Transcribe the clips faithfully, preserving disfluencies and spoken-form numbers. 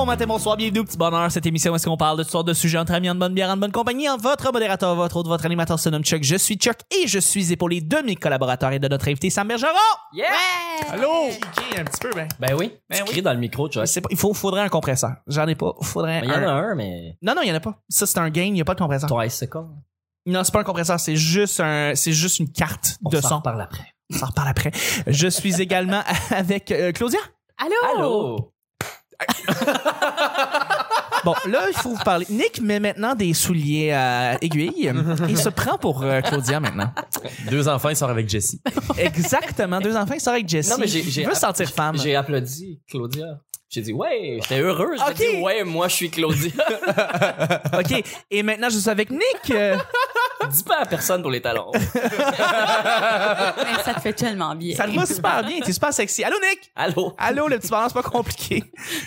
bon matin, bonsoir, bienvenue au Petit Bonheur. Cette émission où est-ce qu'on parle de toutes sortes de sujets entre amis, en bonne bière, en bonne compagnie. En votre modérateur, votre autre, votre animateur se nomme Chuck. Je suis Chuck et je suis épaulé de mes collaborateurs et de notre invité Sam Bergeron. Yeah! Ouais! Allô? Qui un petit peu, ben. Ben oui, Ben tu oui. cries dans le micro, Chuck. C'est pas, il faut, faudrait un compresseur. J'en ai pas. Faudrait Il y en a un, mais Non, non, il y en a pas. Ça, c'est un gain, il y a pas de compresseur. ton icicle, Non, c'est pas un compresseur, c'est juste un, c'est juste une carte on de s'en son. reparle après. On s'en reparle après. Je suis également avec euh, Claudia. Allô? Allô? Bon, là, il faut vous parler. Nick met maintenant des souliers à aiguilles et se prend pour euh, Claudia maintenant. Deux enfants, ils sortent avec Jessie. Exactement. Deux enfants, il sort avec Jessie. Non, mais j'ai- j'ai- Il veut se sentir femme. J'ai applaudi Claudia. J'ai dit, ouais, j'étais heureux. J'ai Ok. dit, ouais, moi, je suis Claudia. OK. Et maintenant, je suis avec Nick. Euh, Dis pas à personne pour les talons. Mais ça te fait tellement bien. ça te va super bien. T'es super sexy. Allô, Nick? Allô? Allô, le petit bonheur, c'est pas compliqué.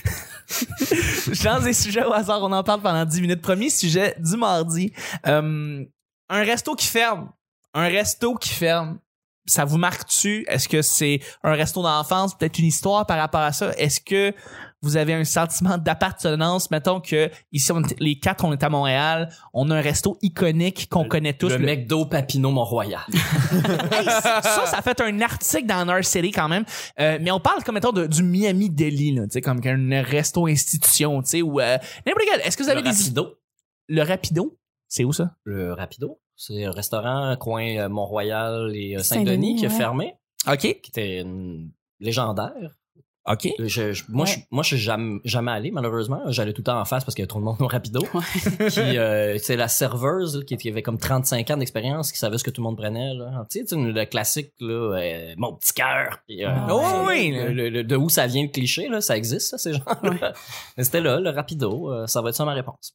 Je lance des sujets au hasard. On en parle pendant dix minutes. Premier sujet du mardi. Euh, un resto qui ferme. Un resto qui ferme. Ça vous marque-tu? Est-ce que c'est un resto d'enfance? Peut-être une histoire par rapport à ça? Est-ce que vous avez un sentiment d'appartenance? Mettons que ici, on est- les quatre, on est à Montréal. On a un resto iconique qu'on connaît tous. Le le- McDo Papineau Mont-Royal. Hey, ça, ça fait un article dans Nerd City quand même. Euh, mais on parle comme mettons de, du Miami Deli, là, tu sais, comme un resto institution, tu sais, ou euh, n'importe quel. Est-ce que vous avez Le des Rapido. le Rapido? C'est où ça? Le Rapido. C'est un restaurant coin euh, Mont-Royal et euh, Saint-Denis, Saint-Denis qui a ouais. fermé, OK. qui était une légendaire. OK. Je, je- moi, Ouais. je, moi, je suis jamais, jamais allé, malheureusement. J'allais tout le temps en face parce qu'il y a trop de monde au Rapido. Ouais. Puis, euh, c'est la serveuse là, qui, qui avait comme trente-cinq ans d'expérience, qui savait ce que tout le monde prenait. Là. Tu sais, tu sais, le classique, là, euh, mon petit cœur. Puis, euh, Ah Oh, c'est- oui, le- là. le- le- de où ça vient le cliché, là, ça existe, ça, ces gens. là Mais c'était là, le Rapido. euh, ça va être ça ma réponse.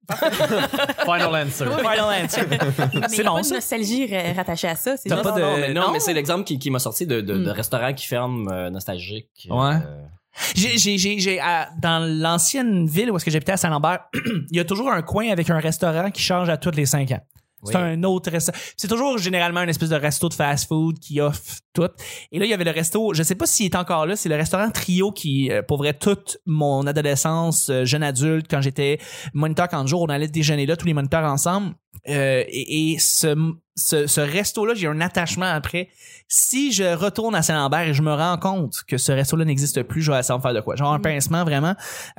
Final answer. Final answer. Mais C'est il y a bon, pas de ça. nostalgie ra- rattachée à ça. C'est T'as juste... pas de- non, mais, non, non? mais c'est l'exemple qui, qui m'a sorti de, de, de Mm. restaurants qui ferment euh, nostalgiques. Ouais. Euh, J'ai, j'ai, j'ai, j'ai à- dans l'ancienne ville où est-ce que j'habitais à Saint-Lambert, il y a toujours un coin avec un restaurant qui change à tous les cinq ans. C'est Oui. un autre resto. C'est toujours généralement une espèce de resto de fast-food qui offre tout. Et là, il y avait le resto, je sais pas s'il est encore là, c'est le restaurant Trio qui, euh, pour vrai, toute mon adolescence, euh, jeune adulte, quand j'étais moniteur quand jour, on allait déjeuner là, tous les moniteurs ensemble. Euh, et et ce, ce, ce resto-là, j'ai un attachement après. Si je retourne à Saint-Lambert et je me rends compte que ce resto-là n'existe plus, je vais essayer de me faire de quoi? Genre un pincement, vraiment.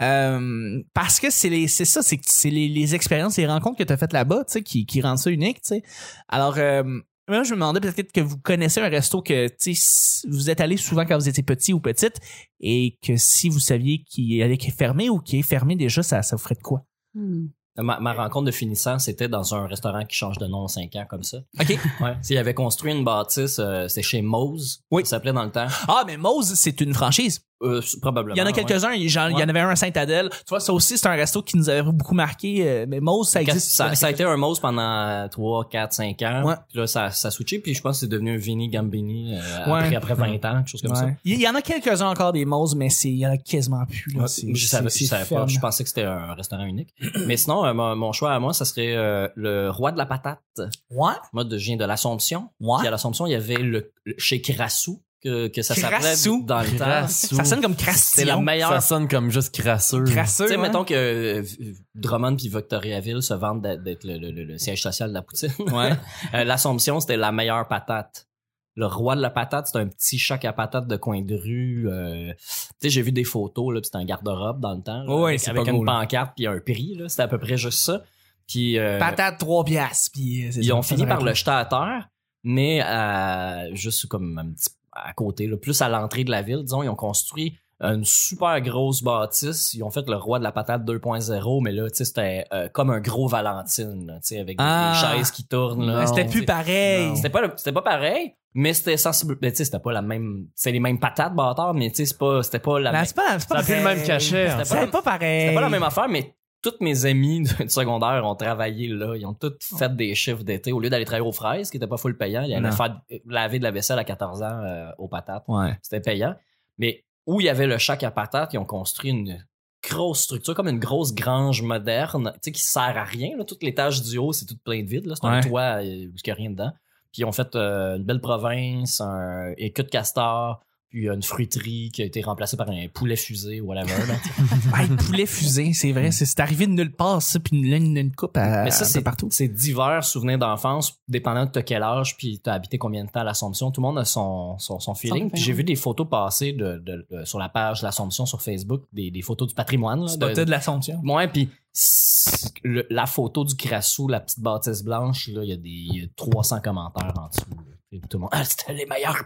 Euh, parce que c'est les, c'est ça, c'est que c'est les, les expériences, les rencontres que tu as faites là-bas, tu sais, qui, qui rendent ça unique, tu sais. Alors, euh, moi, je me demandais peut-être que vous connaissez un resto que, tu sais, vous êtes allé souvent quand vous étiez petit ou petite et que si vous saviez qu'il allait fermer ou qu'il est fermé déjà, ça, ça vous ferait de quoi? Hmm. Ma, ma rencontre de finissant, c'était dans un restaurant qui change de nom en cinq ans, comme ça. OK. Ouais. Il avait construit une bâtisse, euh, c'était chez Mose. Oui. Ça s'appelait dans le temps. Ah, mais Mose, c'est une franchise. Euh, probablement. Il y en a ouais. quelques-uns, il genre, il y en avait un à Sainte-Adèle. Tu vois, ça aussi, c'est un resto qui nous avait beaucoup marqué. euh, Mais Mose, ça existe. Ça, ça a été un Mose pendant trois, quatre, cinq ans. Ouais. Puis là, ça, ça a switché. Puis je pense que c'est devenu un Vini Gambini euh, Ouais. après, après vingt ans, quelque chose comme Ouais. ça. Il y en a quelques-uns encore des Mose, mais c'est, il y en a quasiment plus. Là. C'est, Je savais, c'est- je c'est savais pas. ferme. Je pensais que c'était un restaurant unique. Mais sinon, euh, mon, mon choix à moi, ça serait euh, le Roi de la Patate. Ouais. Moi, de- je viens de l'Assomption. Ouais. Puis à l'Assomption, il y avait le, le chez Crassou, que, que ça Crassou? s'appelait dans le temps. Crassou. Ça sonne comme C'est Crastillon. la meilleure. Ça sonne comme juste crasseux. Crasseux. Tu sais, ouais. mettons que euh, Drummond puis Victoriaville se vendent d'être d'être le, le, le, le siège social de la poutine. Ouais. Euh, L'Assomption, c'était la meilleure patate. Le roi de la patate, c'était un petit choc à patate de coin de rue. euh, tu sais, j'ai vu des photos, là, puis c'était un garde-robe dans le temps. là, Ouais, avec c'est avec pas une cool. pancarte puis un prix. Là, c'était à peu près juste ça. Puis euh, Patate, trois piastres. Puis, euh, c'est ils ça, ont ça fini par s'arrête le jeter à terre, mais à, juste comme un petit à côté, là, plus à l'entrée de la ville, disons, ils ont construit une super grosse bâtisse. Ils ont fait le roi de la patate deux point zéro, mais là, tu sais, c'était euh, comme un gros Valentine, là, tu sais, avec des- Ah. des chaises qui tournent. Là, là. C'était Tu plus sais, pareil. C'était pas, le- c'était pas pareil, mais c'était sensible. Ben, tu sais, c'était pas la même. C'est les mêmes patates, bâtard, mais tu sais, c'est pas, c'était pas la Ben, même. c'est pas, c'est pas Ça a plus le pareil. même cachet. hein. C'était C'est pas pareil. C'était pas la même affaire, mais toutes mes amis du secondaire ont travaillé là. Ils ont tous fait des chiffres d'été. Au lieu d'aller travailler aux fraises, qui était pas full payant, ils allaient Non. faire laver de la vaisselle à quatorze ans euh, aux patates. Ouais. C'était payant. Mais où il y avait le shack à patates, ils ont construit une grosse structure, comme une grosse grange moderne, tu sais, qui sert à rien. Là. Tout l'étage du haut, c'est tout plein de vide. Là. C'est un Ouais. toit euh, où il n'y a rien dedans. Puis ils ont fait euh, une belle province, un écu de castor. puis une fruiterie qui a été remplacée par un poulet fusé ou whatever. Là, Ah, le poulet fusé, c'est vrai. C'est, c'est arrivé de nulle part, ça, puis une, une, une coupe à, Mais ça, à- c'est partout. C'est divers souvenirs d'enfance, dépendant de t'as quel âge, puis t'as habité combien de temps à l'Assomption. Tout le monde a son, son, son feeling. Son Puis j'ai vu des photos passer de, de, de- sur la page de l'Assomption sur Facebook, des, des photos du patrimoine. Là, C'est de, pas de l'Assomption. Ouais, puis c'est- le- la photo du crassou, la petite bâtisse blanche, là, il y a des il y a trois cents commentaires en dessous. là. Et tout le monde, ah, c'était les meilleures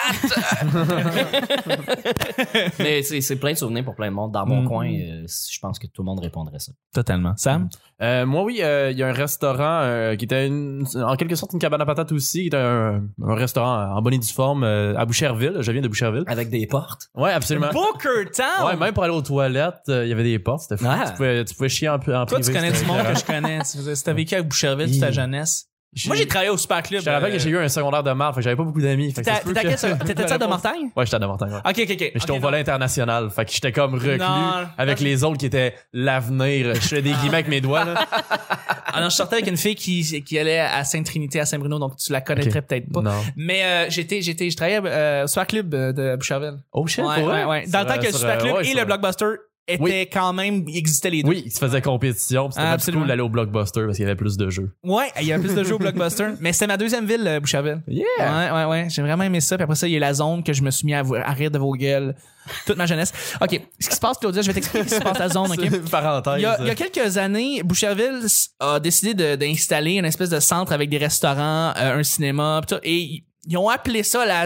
patates! Mais c'est c'est plein de souvenirs pour plein de monde. Dans mon Mm. coin, euh, je pense que tout le monde répondrait ça. Totalement. Sam? Euh, moi, oui, euh, il y a un restaurant euh, qui était une- en quelque sorte une cabane à patates aussi, qui était un, un restaurant en bonne et due forme euh, à Boucherville. Je viens de Boucherville. Avec des portes. Ouais, absolument. Booker Town! Ouais, même pour aller aux toilettes, euh, il y avait des portes. C'était fou. Ah. Tu, pouvais, tu pouvais chier en, en Toi, privé. tu connais c'était du monde écœurant. que je connais. Si si t'as vécu avec Boucherville toute ta jeunesse. Moi, j'ai travaillé au Super Club. Je te rappelle euh, que j'ai eu un secondaire de marde, fait que j'avais pas beaucoup d'amis. Fait que ça T'étais se peut t'étais à que- quel- t'étais-tu à de Mortagne? Ouais, j'étais à de Mortagne, ouais. Ok, ok, ok. Mais j'étais Ok, au volet international, fait que j'étais comme reclus Non. avec les autres qui étaient l'avenir. Je fais des guillemets avec mes doigts, là. Ah non, je sortais avec une fille qui, qui allait à Sainte-Trinité à Saint-Bruno, donc tu la connaîtrais Ok. peut-être pas. Non. Mais euh, j'étais, j'étais, je travaillais euh, au Super Club euh, de Boucherville. Oh shit, Ouais, pour ouais, vrai? ouais. Dans le Sur, temps que le sur, Super euh, Club ouais, et sur- le Blockbuster étaient Oui. quand même, ils existaient les deux. Oui, il se faisait compétition, pis c'était Ah, plus absolument. cool d'aller au Blockbuster parce qu'il y avait plus de jeux. Ouais, il y avait plus de jeux au Blockbuster. Mais c'était ma deuxième ville, euh, Boucherville. Yeah! Ouais, ouais, ouais. J'ai vraiment aimé ça. Puis après ça, il y a la zone que je me suis mis à, vous- à rire de vos gueules toute ma jeunesse. OK. Ce qui se passe, Claudia, je vais t'expliquer ce qui se passe à la zone, OK? C'est une parenthèse. Il y, a, il y a quelques années, Boucherville s- a décidé de- d'installer une espèce de centre avec des restaurants, euh, un cinéma, pis tout, et ils- ils ont appelé ça la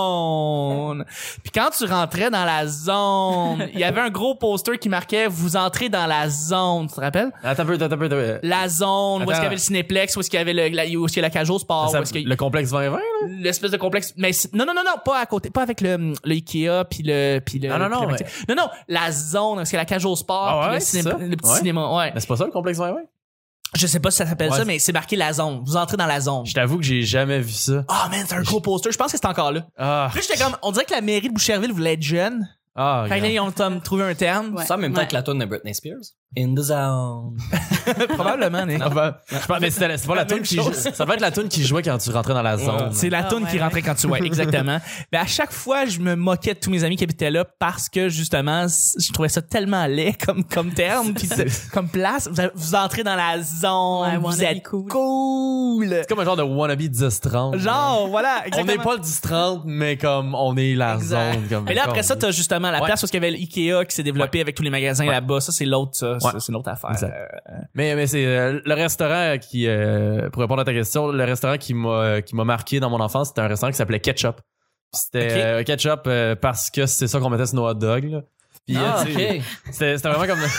zone. Puis quand tu rentrais dans la zone, il y avait un gros poster qui marquait « Vous entrez dans la zone ». Tu te rappelles? Attends un peu, attends un peu. attends un peu. La zone, où est-ce qu'il y Attends. avait le Cinéplex, où est-ce qu'il y avait le, la, où est-ce qu'il y a la cage au sport, Ça- où est-ce qu'il y a le complexe vingt vingt, là? l'espèce de complexe. Mais c'est- non, non, non, non, pas à côté, pas avec le, le Ikea puis le, puis le. Non, non, puis non, le- mais- non, non, la zone, parce qu'il y a la cage au sport, Ah puis ouais, le, c'est ciné- ça? le petit Ouais. cinéma, ouais. Mais c'est pas ça le complexe vingt vingt? Je sais pas si ça s'appelle Ouais, ça, c'est- mais c'est marqué la zone. Vous entrez dans la zone. Je t'avoue que j'ai jamais vu ça. Ah, man, c'est un gros poster. Je pense que c'est encore là. Ah, Puis là, j'étais comme, on dirait que la mairie de Boucherville voulait être jeune. ah, Fait que là, ils ont comme, trouvé un terme. Ouais. Ça, en même temps Ouais. que la tune de Britney Spears. In the zone. Probablement, Nick. Enfin, je pense- mais c'était c'est pas la tune qui jou- ça va être la tune qui jouait quand tu rentrais dans la zone. C'est la Ah, toune ouais, qui ouais. rentrait quand tu vois, exactement. Mais à chaque fois, je me moquais de tous mes amis qui habitaient là parce que justement, c- je trouvais ça tellement laid comme comme terme, puis c'est- comme place. Vous, avez- vous entrez dans la zone, Ouais, vous wannabe êtes cool. cool. C'est comme un genre de wannabe dix trente. Genre, voilà. on Exactement. n'est pas le dix trente, mais comme on est la Exact. zone. Comme Mais là, après ça, t'as justement la Ouais. place où il y avait l'Ikea qui s'est développé avec tous les magasins Ouais. là-bas. Ça, c'est l'autre, ça. Ouais. Ça, c'est une autre affaire. Exact. Euh, Mais, mais c'est euh, le restaurant qui, euh, pour répondre à ta question, le restaurant qui m'a qui m'a marqué dans mon enfance, c'était un restaurant qui s'appelait Ketchup. C'était Ok. euh, Ketchup euh, parce que c'est ça qu'on mettait sur nos hot dogs. Là. Puis, Ah, euh, tu sais, ok. c'était c'était vraiment comme...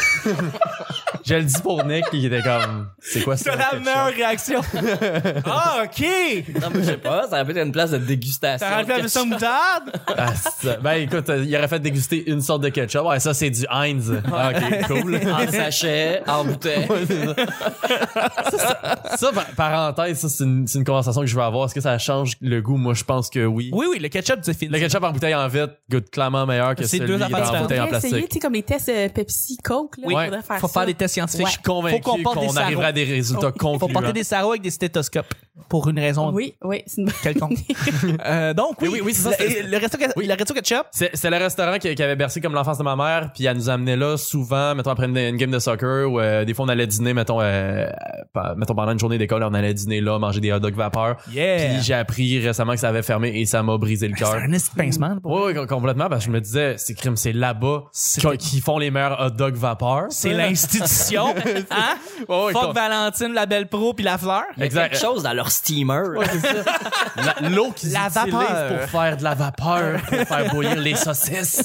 Je le dis pour Nick, qui était comme... C'est quoi ça? C'est la ketchup? meilleure réaction. Ah, OK. Non, mais je sais pas, ça aurait pu être une place de dégustation. T'as rempli la mission moutarde? Ah, c'est- ben écoute, euh, il aurait fait déguster une sorte de ketchup. Ouais, ça c'est du Heinz. Ah, ok, cool. En sachet, en bouteille. Ouais, c'est ça. ça, ça, ça, par- parenthèse, ça c'est une, c'est une conversation que je veux avoir. Est-ce que ça change le goût? Moi, je pense que oui. Oui, oui, le ketchup, c'est fini. Le ketchup en bouteille en vitre goûte clairement meilleur que C'est celui deux dans affaires la différentes. bouteille en Faudrait essayer, plastique. tu sais, comme les tests euh, Pepsi, Coke, là. Oui, il faudrait faire faut ça. faire des tests scientifiques. Ouais. Je suis convaincu Faut qu'on porte des qu'on sarraux. arrivera à des résultats Faut concluants. porter des sarraux avec des stéthoscopes pour une raison Oui, oui, c'est une bonne quelconque. Euh, donc, oui, Mais oui, oui, c'est ça, Le, c'est- le resto, Oui. le resto ketchup. C'est c'est le restaurant qui, qui avait bercé comme l'enfance de ma mère, puis elle nous amenait là souvent, mettons après une, une game de soccer, ou euh, des fois on allait dîner, mettons, euh, pa- mettons pendant une journée d'école, on allait dîner là, manger des hot dogs vapeur. Yeah. Puis j'ai appris récemment que ça avait fermé et ça m'a brisé le C'est cœur. un esti de pincement. pour- Oui, oui, com- complètement, parce que je me disais, c'est crime, c'est là-bas C'est- qui, qui font les meilleurs hot dogs vapeur. C'est l'institution. Hein? Ouais, ouais, Fuck com- Valentine, la belle pro puis la fleur. Il y a Exact. quelque chose dans leur steamer. Ouais, c'est ça. La- L'eau qu'ils La utilisent vapeur. pour faire de la vapeur, pour faire bouillir les saucisses.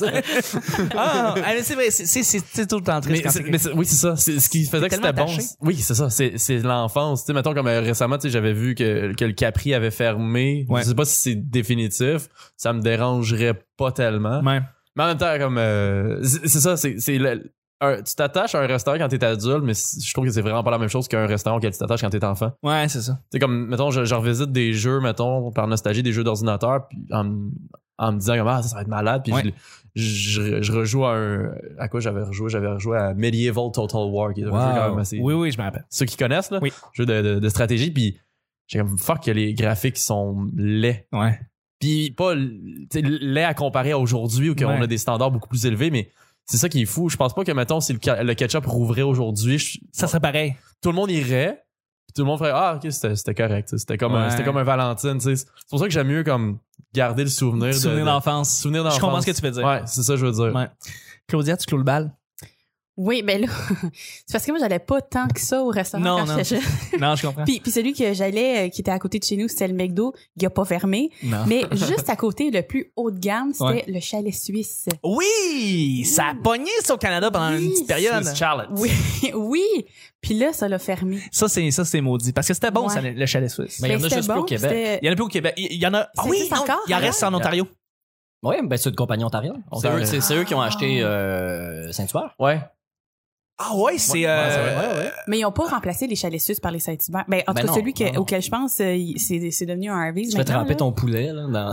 Ah, ah, mais c'est vrai, c'est, c'est, c'est, c'est tout le temps triste. Mais, quand c'est- c'est- mais c'est- oui, c'est ça. C'est ce qui faisait que tellement c'était bon. attaché. Oui, c'est ça. C'est, c'est l'enfance. Tu sais, mettons, comme euh, récemment, tu sais, j'avais vu que, que le Capri avait fermé. Ouais. Je sais pas si c'est définitif. Ça me dérangerait pas tellement. Ouais. Mais en même temps, comme, euh, c'est, c'est ça, c'est, c'est le- un- tu t'attaches à un restaurant quand t'es adulte, mais c- je trouve que c'est vraiment pas la même chose qu'un restaurant auquel tu t'attaches quand t'es enfant. Ouais, c'est ça. Tu sais, comme, mettons, je, je revisite des jeux, mettons, par nostalgie, des jeux d'ordinateur, puis en, m- en me disant, comme, ah, ça, ça va être malade, puis Ouais. je, je, je rejoue à un. À quoi j'avais rejoué? J'avais rejoué à Medieval Total War, qui est un jeu quand même assez. Oui, oui, je me rappelle. Ceux qui connaissent, là, Oui. jeu de, de, de stratégie, puis j'ai comme, fuck, que les graphiques sont laids. Ouais. Puis pas laid à comparer à aujourd'hui où on Ouais. a des standards beaucoup plus élevés, mais c'est ça qui est fou. Je pense pas que, mettons, si le, ca- le ketchup rouvrait aujourd'hui, je- Ça serait pareil. tout le monde irait. Puis tout le monde ferait ah ok c'était, c'était correct. t'sais. C'était comme un, Ouais. c'était comme un Valentine. t'sais. C'est pour ça que j'aime mieux comme garder le souvenir. Souvenir de, de- d'enfance. Souvenir Je d'enfance. comprends ce que tu veux dire. Ouais, c'est ça que je veux dire. Ouais. Claudia, tu clôt le bal? Oui, ben là, c'est parce que moi, j'allais pas tant que ça au restaurant Non, quand non. j'étais jeune. Non, je comprends. Puis, puis celui que j'allais, euh, qui était à côté de chez nous, c'était le McDo. Il a pas fermé. Non. Mais juste à côté, le plus haut de gamme, c'était Ouais. le chalet suisse. Oui! Ça a pogné ça au Canada pendant une Oui, petite période. Swiss Chalet. Oui, oui. Puis là, ça l'a fermé. Ça, c'est, ça, c'est maudit. Parce que c'était bon, Ouais. ça, le chalet suisse. Mais il y en a c'était juste plus au Québec. c'était- Il y en a plus au Québec. Il il y en a. Ah Ça oui, existe non, encore, il en hein? reste en Ontario. Oui, ben c'est une compagnie ontarienne. C'est eux, c'est, c'est eux qui ont acheté euh, Saint-Hubert. Ouais. Ah ouais, c'est. Ouais, euh, c'est vrai, ouais, ouais. Mais ils ont pas remplacé les chalets suisses par les Saint-Hubert. Ben, en tout Ben cas, non, celui que- non, non. auquel je pense, euh, il- c'est, c'est devenu un Harvey's. Tu fais maintenant, tremper là. ton poulet là, dans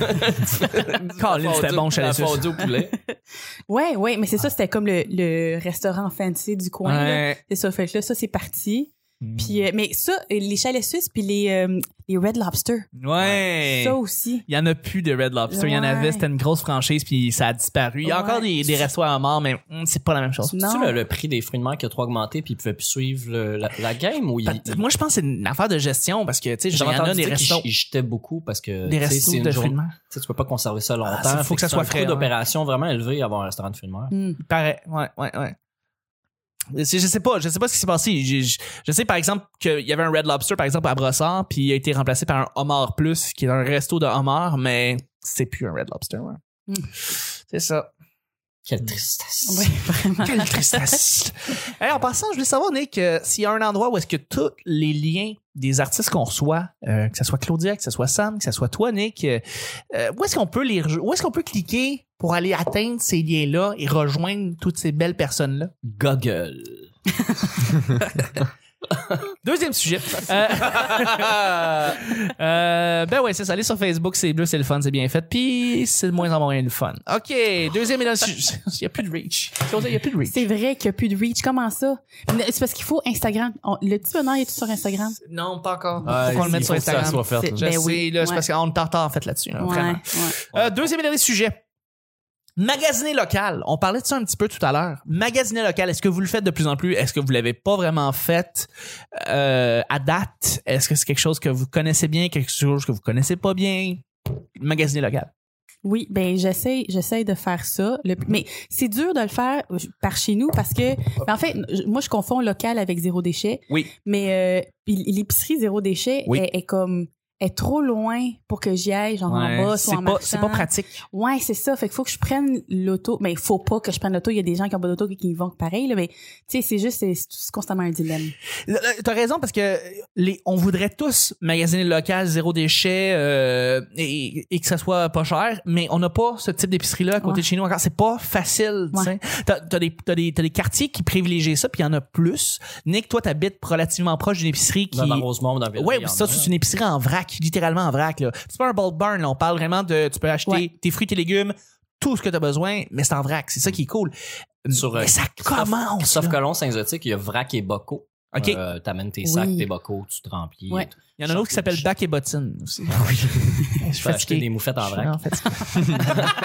Colin, c'était bon, chalet la suisse. fondue au poulet. Ouais, ouais, mais c'est ça, c'était comme le, le restaurant fancy du coin. là. Ouais. C'est ça, fait que là, ça, c'est parti. Puis, euh, mais ça, euh, les chalets suisses puis les, euh, les Red Lobster. Ouais. Ça aussi. Il y en a plus de Red Lobster. Il y en Ouais. avait, c'était une grosse franchise, puis ça a disparu. Il y a Ouais. encore des, des restos à mort, mais hum, c'est pas la même chose. Non. C'est-tu le, le prix des fruits de mer qui a trop augmenté puis il pouvait plus suivre le- la, la game ou il, Fait- il- Moi, je pense que c'est une affaire de gestion parce que, tu sais, il y j'avais en a entendu des dire qu'il restos. ch- il jetait beaucoup parce que Des tu sais, restos c'est une de journée- fruits de mer. tu sais, tu peux pas conserver ça longtemps. Ah, c'est- faut Fait que ça c'est soit un frais, coût ouais. d'opération vraiment élevé avoir un restaurant de fruits de mer. Hmm. Il paraît. Ouais, ouais, ouais. C'est- Je sais pas, je sais pas ce qui s'est passé. J'ai- Je, je sais par exemple qu'il y avait un Red Lobster par exemple à Brossard, puis il a été remplacé par un Homard Plus, qui est un resto de homard, mais c'est plus un Red Lobster. Ouais. Mm. C'est ça. Quelle tristesse. Oui, vraiment. Quelle tristesse. Hey, en passant, je voulais savoir, Nick, euh, s'il y a un endroit où est-ce que tous les liens des artistes qu'on reçoit, euh, que ce soit Claudia, que ce soit Sam, que ce soit toi, Nick, euh, euh, où est-ce qu'on peut les rejo- où est-ce qu'on peut cliquer pour aller atteindre ces liens-là et rejoindre toutes ces belles personnes-là? Goggle. Deuxième sujet. Euh, euh, ben ouais, c'est ça. Aller sur Facebook, c'est bleu, c'est le fun, c'est bien fait. Puis c'est de moins en moins le fun. OK, deuxième et dans le sujet. Il n'y a plus de reach. Claudia, il n'y a plus de reach. C'est vrai qu'il n'y a plus de reach. Comment ça? C'est parce qu'il faut Instagram. On- le petit bonheur est sur Instagram. Non, pas encore. Ouais, Faut qu'on le mette il sur faut que ça Instagram. soit fait, C'est- là. Je Ben sais, oui, là, c'est ouais. parce qu'on est en retard, en fait, là-dessus. là, Ouais, vraiment. ouais. Euh, deuxième et dernier sujet. Magasiner local. On parlait de ça un petit peu tout à l'heure. Magasiner local, est-ce que vous le faites de plus en plus? Est-ce que vous l'avez pas vraiment fait euh, à date? Est-ce que c'est quelque chose que vous connaissez bien, quelque chose que vous connaissez pas bien? Magasiner local. Oui, ben j'essaie, j'essaie de faire ça. Le- mais c'est dur de le faire par chez nous parce que, ben, en fait, je- moi je confonds local avec zéro déchet. Oui. Mais euh, puis l'épicerie zéro déchet Oui. est, est comme est trop loin pour que j'y aille, genre en bas, c'est soit en pas, marchant. c'est pas pratique. Ouais, c'est ça. Fait qu'il faut que je prenne l'auto. Mais il faut pas que je prenne l'auto. Il y a des gens qui ont pas d'auto et qui y vont pareil, là. Mais, tu sais, c'est juste, c'est, c'est constamment un dilemme. Euh, T'as raison parce que les, on voudrait tous magasiner local, zéro déchet euh, et, et que ça soit pas cher, mais on n'a pas ce type d'épicerie-là à côté Ouais. de chez nous encore. C'est pas facile. tu sais. T'as, t'as, des, t'as, des, t'as des quartiers qui privilégient ça, puis il y en a plus. Nick, toi, t'habites relativement proche d'une épicerie qui... Dans, dans Rosemont, dans Villeray, Ouais, il y en ça, a. c'est une épicerie en vrac, littéralement en vrac. Là. C'est pas un bulk barn, là. On parle vraiment de... Tu peux acheter Ouais. tes fruits, tes légumes, tout ce que t'as besoin, mais c'est en vrac. C'est ça qui est cool. Sur, euh, mais ça Christophe- commence. Christophe là. Colomb, Saint-Zotique, il y a Vrac et Boco. OK. Euh, t'amènes tes sacs, Oui. tes bocaux, tu te remplis. Ouais. Il y en a un autre qui s'appelle Bac et Bottine aussi. Oui. Je suis Tu peux acheter fatigué. des moufettes en Je suis vrac. vraiment fatigué.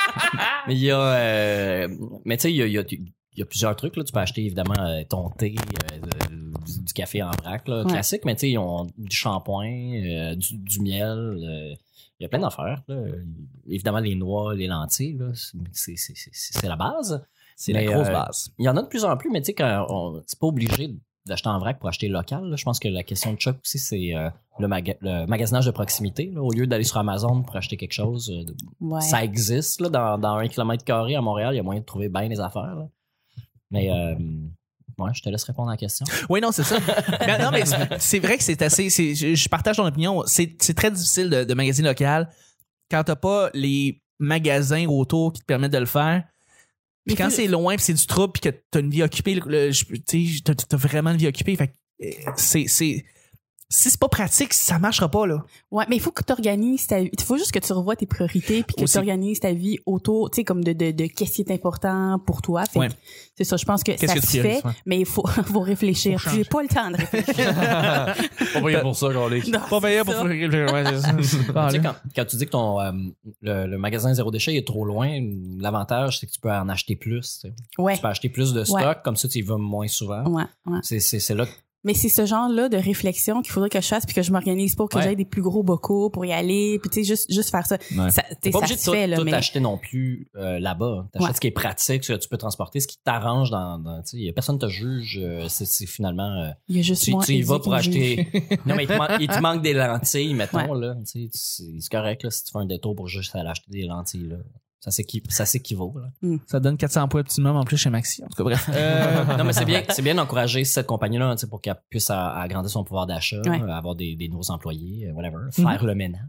Mais il y a, euh, mais tu sais, il y a, il y a- il y a plusieurs trucs, là. Tu peux acheter, évidemment, euh, ton thé, euh, de- du, du café en vrac, là, Ouais. classique, mais tu sais, ils ont du shampoing, euh, du, du miel, euh, il y a plein d'affaires, là. Évidemment, les noix, les lentilles, là, c'est, c'est, c'est, c'est la base. C'est la Mais, grosse euh, base. Il y en a de plus en plus, mais tu sais, quand on- c'est pas obligé d'acheter en vrac pour acheter local, là. Je pense que la question de choc aussi, c'est euh, le, maga- le magasinage de proximité, là. Au lieu d'aller sur Amazon pour acheter quelque chose, euh, de- Ouais. ça existe, là, dans, dans un kilomètre carré à Montréal, il y a moyen de trouver bien les affaires, là. Mais, euh, ouais, je te laisse répondre à la question. Oui, non, c'est ça. Mais non, mais c'est- c'est vrai que c'est assez. c'est- je, je partage ton opinion. C'est c'est très difficile de, de magasiner local quand t'as pas les magasins autour qui te permettent de le faire. Puis Mais quand faut- c'est loin, puis c'est du trouble, puis que t'as une vie occupée, le- le- je- tu sais, t'as t'as vraiment une vie occupée. Fait que, euh, c'est c'est si c'est pas pratique, ça marchera pas, là. Ouais, mais il faut que tu organises ta vie. Il faut juste que tu revoies tes priorités puis que Aussi. tu organises ta vie autour, tu sais, comme de, de, de qu'est-ce qui est important pour toi. Fait Ouais. que c'est ça, je pense que Qu'est-ce ça que tu se fait, priorises, ouais. mais il faut, faut réfléchir. Faut J'ai pas le temps de réfléchir. Pas payé pour ça, Golic. Non, Pas payé c'est pour ça. faire. Ouais, c'est ça. Ah, Tu sais, là. quand, quand tu dis que ton euh, le, le magasin zéro déchet est trop loin, l'avantage, c'est que tu peux en acheter plus. Tu sais. Ouais. Tu peux acheter plus de stock, Ouais. comme ça, tu y vas moins souvent. Ouais, ouais. C'est, c'est, c'est là que Mais c'est ce genre-là de réflexion qu'il faudrait que je fasse puis que je m'organise pour que Ouais. j'aille des plus gros bocaux pour y aller puis tu sais juste juste faire ça. Ouais. Ça, t'es t'sais, pas ça obligé de se tout, fait là, tout mais acheter non plus euh, là-bas. T'achètes Ouais. ce qui est pratique, ce que tu peux transporter, ce qui t'arrange dans... dans tu sais, personne te juge. euh, c'est, c'est finalement... euh, il y a juste tu, moi tu y et vas Dieu pour qui me juge. acheter... non, mais il te, man- il te manque des lentilles, mettons. Ouais. Là, tu sais, c'est, c'est correct là, si tu fais un détour pour juste aller acheter des lentilles. Là. Ça, s'équi- ça s'équivaut. Là. Ça donne quatre cents points optimum en plus chez Maxi. En tout cas, bref. Euh, non, mais c'est bien, c'est bien d'encourager cette compagnie-là, tu sais, pour qu'elle puisse a- agrandir son pouvoir d'achat, Ouais. euh, avoir des, des nouveaux employés, euh, whatever, faire le ménage.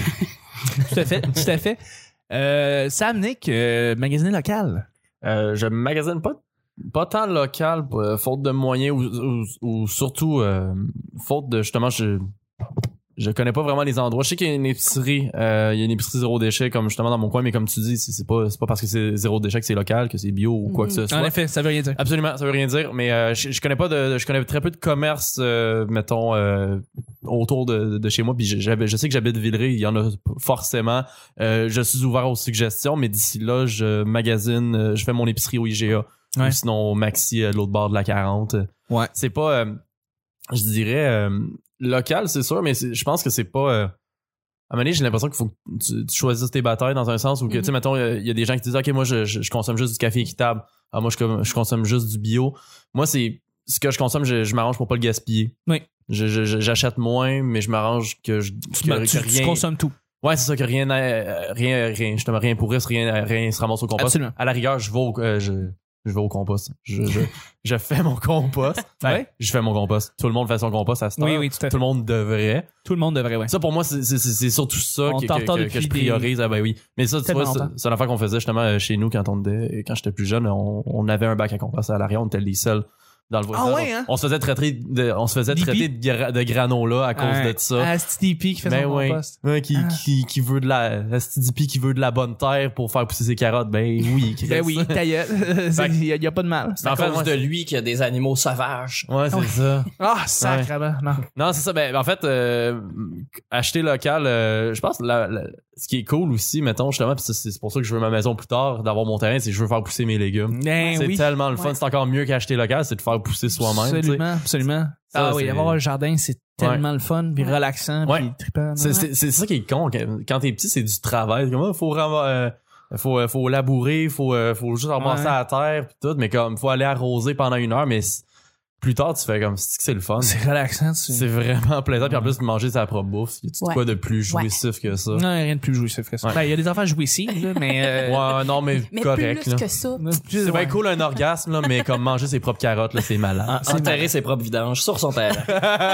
Tout à fait, tout à fait. Euh, Sam, Nick, euh, magasiner local. Euh, je magasine pas pas tant local, euh, faute de moyens ou, ou, ou surtout euh, faute de justement je je connais pas vraiment les endroits. Je sais qu'il y a une épicerie, euh, il y a une épicerie zéro déchet comme justement dans mon coin, mais comme tu dis, c'est, c'est pas c'est pas parce que c'est zéro déchet que c'est local, que c'est bio ou quoi que ce soit. En effet, ça veut rien dire. Absolument, ça veut rien dire, mais euh, je, je connais pas de, je connais très peu de commerces, euh, mettons euh, autour de, de chez moi. Puis j'avais, je sais que j'habite Villeray, il y en a forcément. Euh, je suis ouvert aux suggestions, mais d'ici là, je magasine, euh, je fais mon épicerie au I G A, Ouais. ou sinon au Maxi à l'autre bord de la quarante. Ouais. C'est pas, euh, je dirais euh, local, c'est sûr, mais c'est, je pense que c'est pas. Euh, à un moment donné, j'ai l'impression qu'il faut que tu, tu choisisses tes batailles dans un sens où que, Mhm. tu sais, mettons, il y a des gens qui disent, OK, moi, je, je, je consomme juste du café équitable. Ah, moi, je, je consomme juste du bio. Moi, c'est ce que je consomme, je, je m'arrange pour pas le gaspiller. Oui. Je, je, je- j'achète moins, mais je m'arrange que, je, que, Ben, que tu, tu rien. consommes tout. Ouais, c'est ça, que rien, euh, rien, rien, justement, rien pourrisse, rien, rien se ramasse au compost. Absolument. À la rigueur, je vais au, euh, je, je vais au compost. Je, je, je fais mon compost. Ben, Ouais. je fais mon compost. Tout le monde fait son compost à ce temps. Oui, oui, tout à fait. Tout le monde devrait. Tout le monde devrait, ouais. Ça, pour moi, c'est, c'est, c'est c'est surtout ça On que, t'entend que, que, depuis que je des- priorise. Ah ben oui. Mais ça, tu Tellement vois, c'est, longtemps. c'est une affaire qu'on faisait justement euh, chez nous quand on était, quand j'étais plus jeune. On, on avait un bac à compost à l'arrière. On était les seuls dans le voisinage. Ah ouais, hein? On se faisait traiter de, on se faisait D P? traiter de, gra- de granola à cause de ça. Ah, c'est D P qui fait Ben son oui. compost. Ouais, qui, Ah. qui, qui veut de la, la S T D P qui veut de la bonne terre pour faire pousser ses carottes. Ben oui. Chris. Ben oui, ta gueule. Il y, a- y a pas de mal. C'est En à fait, cause moi, de lui qu'il y a des animaux sauvages. Ouais, c'est ça. Ah, sacrément. Non. Non, c'est ça. Ben, en fait, euh, acheter local, euh, je pense la, la- ce qui est cool aussi, mettons, justement, pis c'est, c'est pour ça que je veux ma maison plus tard, d'avoir mon terrain, c'est que je veux faire pousser mes légumes. Ben c'est oui. tellement le fun. Ouais. C'est encore mieux qu'acheter local, c'est de faire pousser soi-même. tu sais. Absolument, absolument. Ça, Ah oui, c'est- avoir un jardin, c'est tellement le fun, puis relaxant, Ouais. puis trippant. C'est, c'est, c'est ça qui est con. Quand, quand t'es petit, c'est du travail. Comme, ah, faut vraiment, euh, faut, euh, faut labourer, faut, euh, faut juste ramasser Ouais. à la terre, pis tout, mais comme, faut aller arroser pendant une heure, mais c- plus tard, tu fais comme, c'est que c'est le fun. C'est relaxant. Tu... C'est vraiment plaisant. Puis en plus, de manger sa propre bouffe, y a-tu de Ouais. quoi de plus jouissif que ça? Non, rien de plus jouissif que ça. Ouais. Ben, il y a des enfants jouissifs, là, mais... Euh... Ouais, non, mais, Mais correct. plus là. que ça. C'est bien cool un orgasme, là, mais comme manger ses propres carottes, là, c'est malade. En- enterrer ses propres vidanges sur son terrain.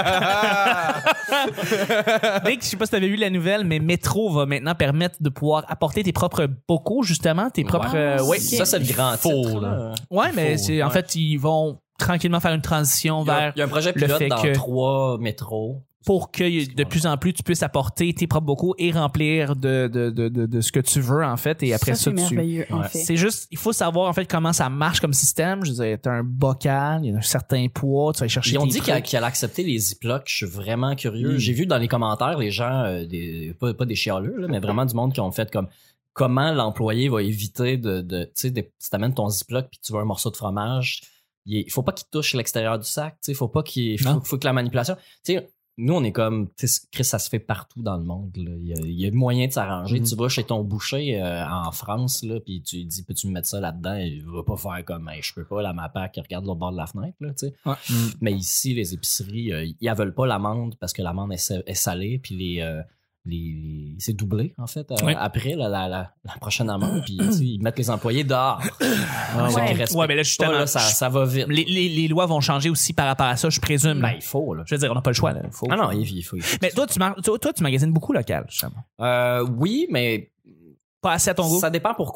Nick, je sais pas si t'avais vu la nouvelle, mais Metro va maintenant permettre de pouvoir apporter tes propres bocaux, justement, tes propres... euh, ouais, Ça, c'est le grand Faut, titre. là. là. ouais, mais Faut, c'est, en ouais. fait, ils vont tranquillement faire une transition Il y, a, vers il y a un projet le pilote fait dans que- trois métros. pour que de plus en plus tu puisses apporter tes propres bocaux et remplir de, de, de, de, de ce que tu veux, en fait, et après ça, c'est tu... merveilleux, en Ouais. fait. C'est juste, il faut savoir en fait comment ça marche comme système. Je veux dire, t'as un bocal, il y a un certain poids, tu vas aller chercher Ils ont tes dit trucs. qu'elle qu'elle acceptait les ziplocs. Je suis vraiment curieux. Mm. J'ai vu dans les commentaires les gens, euh, des, pas, pas des chialeux, là, mais vraiment du monde qui ont fait comme comment l'employé va éviter de, de tu sais, de- si t'amènes ton ziploc puis tu veux un morceau de fromage, il, est- il faut pas qu'il touche l'extérieur du sac. Tu sais, il faut pas qu'il faut, Non. faut que la manipulation. Tu sais, nous on est comme, tu sais, Chris, ça se fait partout dans le monde. Là. Il y a, il y a moyen de s'arranger. Mm. Tu vas chez ton boucher euh, en France là, puis tu lui dis peux-tu me mettre ça là-dedans? Il va pas faire comme hey, je peux pas la mappa qui regarde l'autre bord de la fenêtre là, tu sais. Ouais. Mais ici, les épiceries, euh, ils veulent pas l'amande parce que l'amande est, sa- est salée, puis les, euh, les, les- c'est doublé, en fait, euh, Oui. après la, la, la, la prochaine amende, puis tu sais, ils mettent les employés dehors. Ah, Ouais. ceux qui respectent Ouais, mais là, justement, pas, là, ça, ça va vite. Les, les, les lois vont changer aussi par rapport à ça, je présume. Ben, il faut, là. Je veux dire, on n'a pas le choix. Là. Faut... Ah non, il, il faut. il faut. Mais toi, tu, mar- toi, toi, tu magasines beaucoup local, justement. Euh, oui, mais Pas assez à ton goût. ça dépend pourquoi.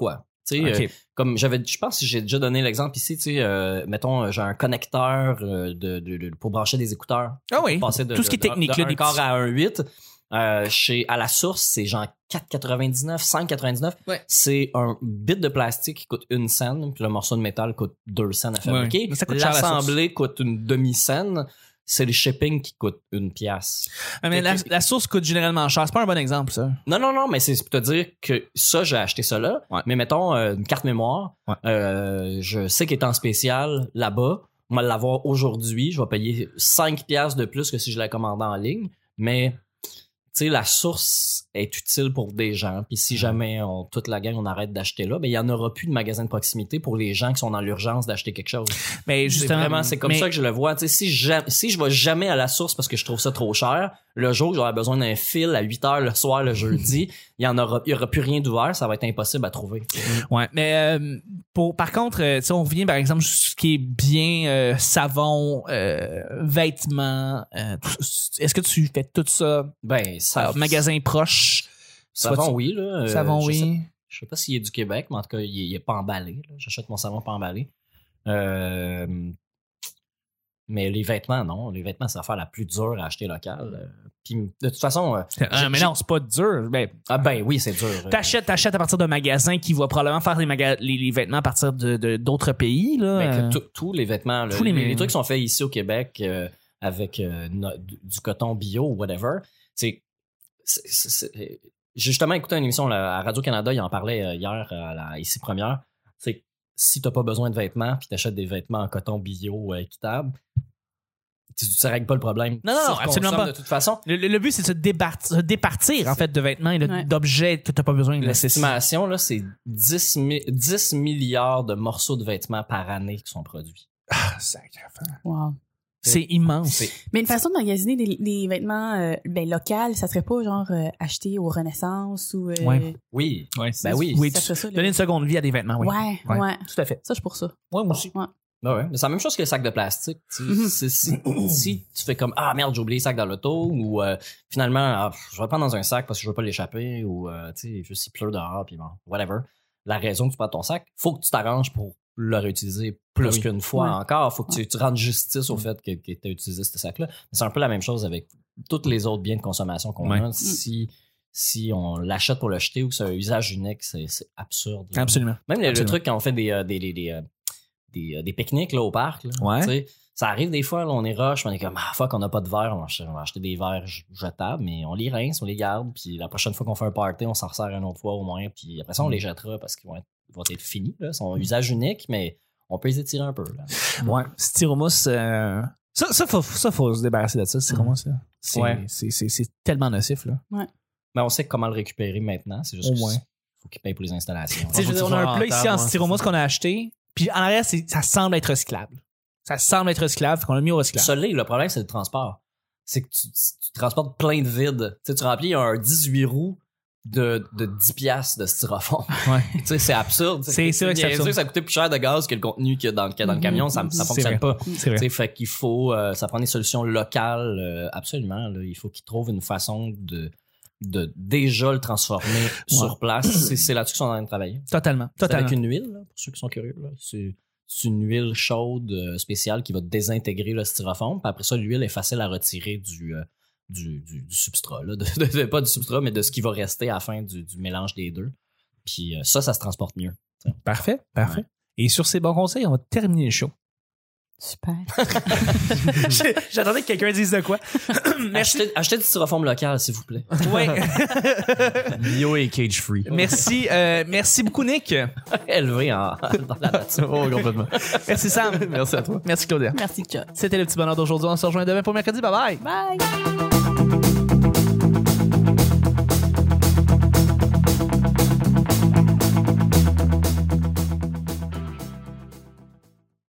Tu sais, Okay. euh, comme j'avais, je pense que j'ai déjà donné l'exemple ici, tu sais, euh, mettons, j'ai un connecteur euh, de, de, de- pour brancher des écouteurs. Ah oui. Passer de, Tout ce qui est de- technique, de là, un des quart petits- à un huit. Euh, chez, à la source, c'est genre quatre quatre-vingt-dix-neuf, cinq quatre-vingt-dix-neuf. Ouais. C'est un bit de plastique qui coûte une scène, puis le morceau de métal coûte deux cents à fabriquer. Ouais. Ça coûte cher, la L'assemblée coûte une demi-scène. C'est le shipping qui coûte une pièce. Ah, mais la, la source coûte généralement cher. C'est pas un bon exemple, ça. Non, non, non, mais c'est pour te dire que ça, j'ai acheté ça là. Ouais. Mais mettons, euh, une carte mémoire, Ouais. euh, je sais qu'elle est en spécial là-bas. On va l'avoir aujourd'hui. Je vais payer cinq piastres de plus que si je la commandais en ligne. Mais, tu sais, la source est utile pour des gens. Puis si jamais on, toute la gang, on arrête d'acheter là, ben il y en aura plus de magasins de proximité pour les gens qui sont dans l'urgence d'acheter quelque chose. Mais C'est justement, vraiment, c'est comme mais- ça que je le vois. Tu sais, si, ja- si je vais jamais à la source parce que je trouve ça trop cher, le jour où j'aurai besoin d'un fil à huit heures le soir, le jeudi, il y en aura, il y aura plus rien d'ouvert, ça va être impossible à trouver. Ouais, mais euh, pour par contre, euh, si on revient par exemple sur ce qui est bien euh, savon, euh, vêtements, euh, tout- est-ce que tu fais tout ça Ben, ça, euh, magasin proche? savon, Soit- oui, là. Euh, Savon, je oui. Sais, je sais pas s'il est du Québec, mais en tout cas, il est, il est pas emballé, là. J'achète mon savon pas emballé. Euh, mais les vêtements, non. Les vêtements, c'est l'affaire la plus dure à acheter local. Euh, Puis, de toute façon, euh, Ah, mais non, c'est pas dur. Ben, ah ben oui, c'est dur. Euh, t'achètes, t'achètes à partir d'un magasin qui va probablement faire les, maga- les, les vêtements à partir de, de- d'autres pays, là. Ben, Euh, que tout- tous les vêtements, là, tous les- les, les trucs qui sont faits ici au Québec euh, avec euh, no- du du coton bio ou whatever, c'est, c'est, c'est- c'est- j'ai justement écouté une émission là, à Radio-Canada, il en parlait euh, hier à la ici première. C'est si t'as pas besoin de vêtements puis t'achètes des vêtements en coton bio euh, équitable, tu ne règles pas le problème. Non, non, non, Tu absolument reconsommes pas. De toute façon, Le, le- le but, c'est de se, débar- se départir, en fait, de vêtements et de- Ouais. d'objets que t'as pas besoin de laisser. l'estimation, là, c'est dix, mi- dix milliards de morceaux de vêtements par année qui sont produits. Ah, sacré. Wow. C'est immense. C'est Mais une façon de magasiner des, des vêtements euh, ben, locaux, ça serait pas genre euh, acheter au Renaissance ou. euh, Ouais. oui. Ouais. Ben oui. Oui, ça tu- serait ça, là. donner une seconde vie à des vêtements, oui. Ouais, Ouais. ouais, Tout à fait. Ça, je suis pour ça. Ouais, moi aussi. Ben ouais, mais c'est la même chose que le sac de plastique. tu sais. Mhm. C'est- si, si tu fais comme ah merde j'ai oublié le sac dans l'auto ou euh, finalement ah, je vais le prendre dans un sac parce que je veux pas l'échapper ou euh, tu sais juste il pleut dehors puis bon whatever. La raison que tu prends ton sac, faut que tu t'arranges pour le réutiliser plus Oui. qu'une fois Ouais. encore. Faut que tu, tu rendes justice au fait que, que tu as utilisé ce sac-là. Mais c'est un peu la même chose avec tous les autres biens de consommation qu'on Ouais. a. Si si on l'achète pour le jeter ou que c'est un usage unique, c'est c'est absurde. Absolument. Même le, le Absolument. truc quand on fait des euh, des des, des, euh, des, euh, des pique-niques là, au parc. Là, Ouais. tu sais, ça arrive des fois, là, on est rush, on est comme ah fuck, on n'a pas de verre, on va, acheter, on va acheter des verres j- jetables, mais on les rince, on les garde, puis la prochaine fois qu'on fait un party, on s'en resserre une autre fois au moins, puis après ça on les jettera parce qu'ils vont être, ils vont être finis. Là, ils sont usage unique, mais on peut les étirer un peu. Là. Ouais. Styromousse, euh... ça, ça, faut, ça, faut se débarrasser de ça. Styromousse, là. C'est, Ouais. c'est, c'est, c'est tellement nocif, là. Mais on sait comment le récupérer maintenant, c'est juste Au qu'il moins. faut qu'ils payent pour les installations. Tu sais, je veux dire, on faut a que un tu plat sois ici en rentable, ouais, styromousse c'est ça. qu'on a acheté, puis en arrière, c'est, ça semble être recyclable. Ça semble être recyclable, fait qu'on l'a mis au recyclable. Ça l'est, le problème, c'est le transport. C'est que tu, tu, tu transportes plein de vide. Tu sais, tu remplis un dix-huit roues de, de dix piastres de styrofoam. Ouais. Tu sais, c'est absurde. C'est- c'est vrai que c'est Bien sûr absurde. ça coûte plus cher de gaz que le contenu qu'il y a dans, qu'il y a dans le camion. Ça, ça C'est fonctionne vrai. pas. C'est vrai. Tu sais, fait qu'il faut, euh, ça prend des solutions locales, euh, absolument. Là. Il faut qu'ils trouvent une façon de, de déjà le transformer sur place. C'est, c'est là-dessus qu'ils sont en train de travailler. Totalement. C'est Totalement. avec une huile, là, pour ceux qui sont curieux. Là. C'est, c'est une huile chaude euh, spéciale qui va désintégrer le styrofoam. Puis après ça, l'huile est facile à retirer du, euh, du, du, du substrat. Là. De, de- de- pas du substrat, mais de ce qui va rester à la fin du, du mélange des deux. Puis euh, ça, ça se transporte mieux. Parfait. Parfait. Et sur ces bons conseils, on va terminer le show. Super. J'ai- J'attendais que quelqu'un dise de quoi. Merci. Achetez, achetez du styrofoam local, s'il vous plaît. Ouais. Bio et cage free. Merci, euh, merci beaucoup, Nick. Élevé en, dans la nature. Oh, complètement. Merci, Sam. Merci à toi. Merci, Claudia. Merci, Chuck. C'était le petit bonheur d'aujourd'hui. On se rejoint demain pour mercredi. Bye bye. Bye.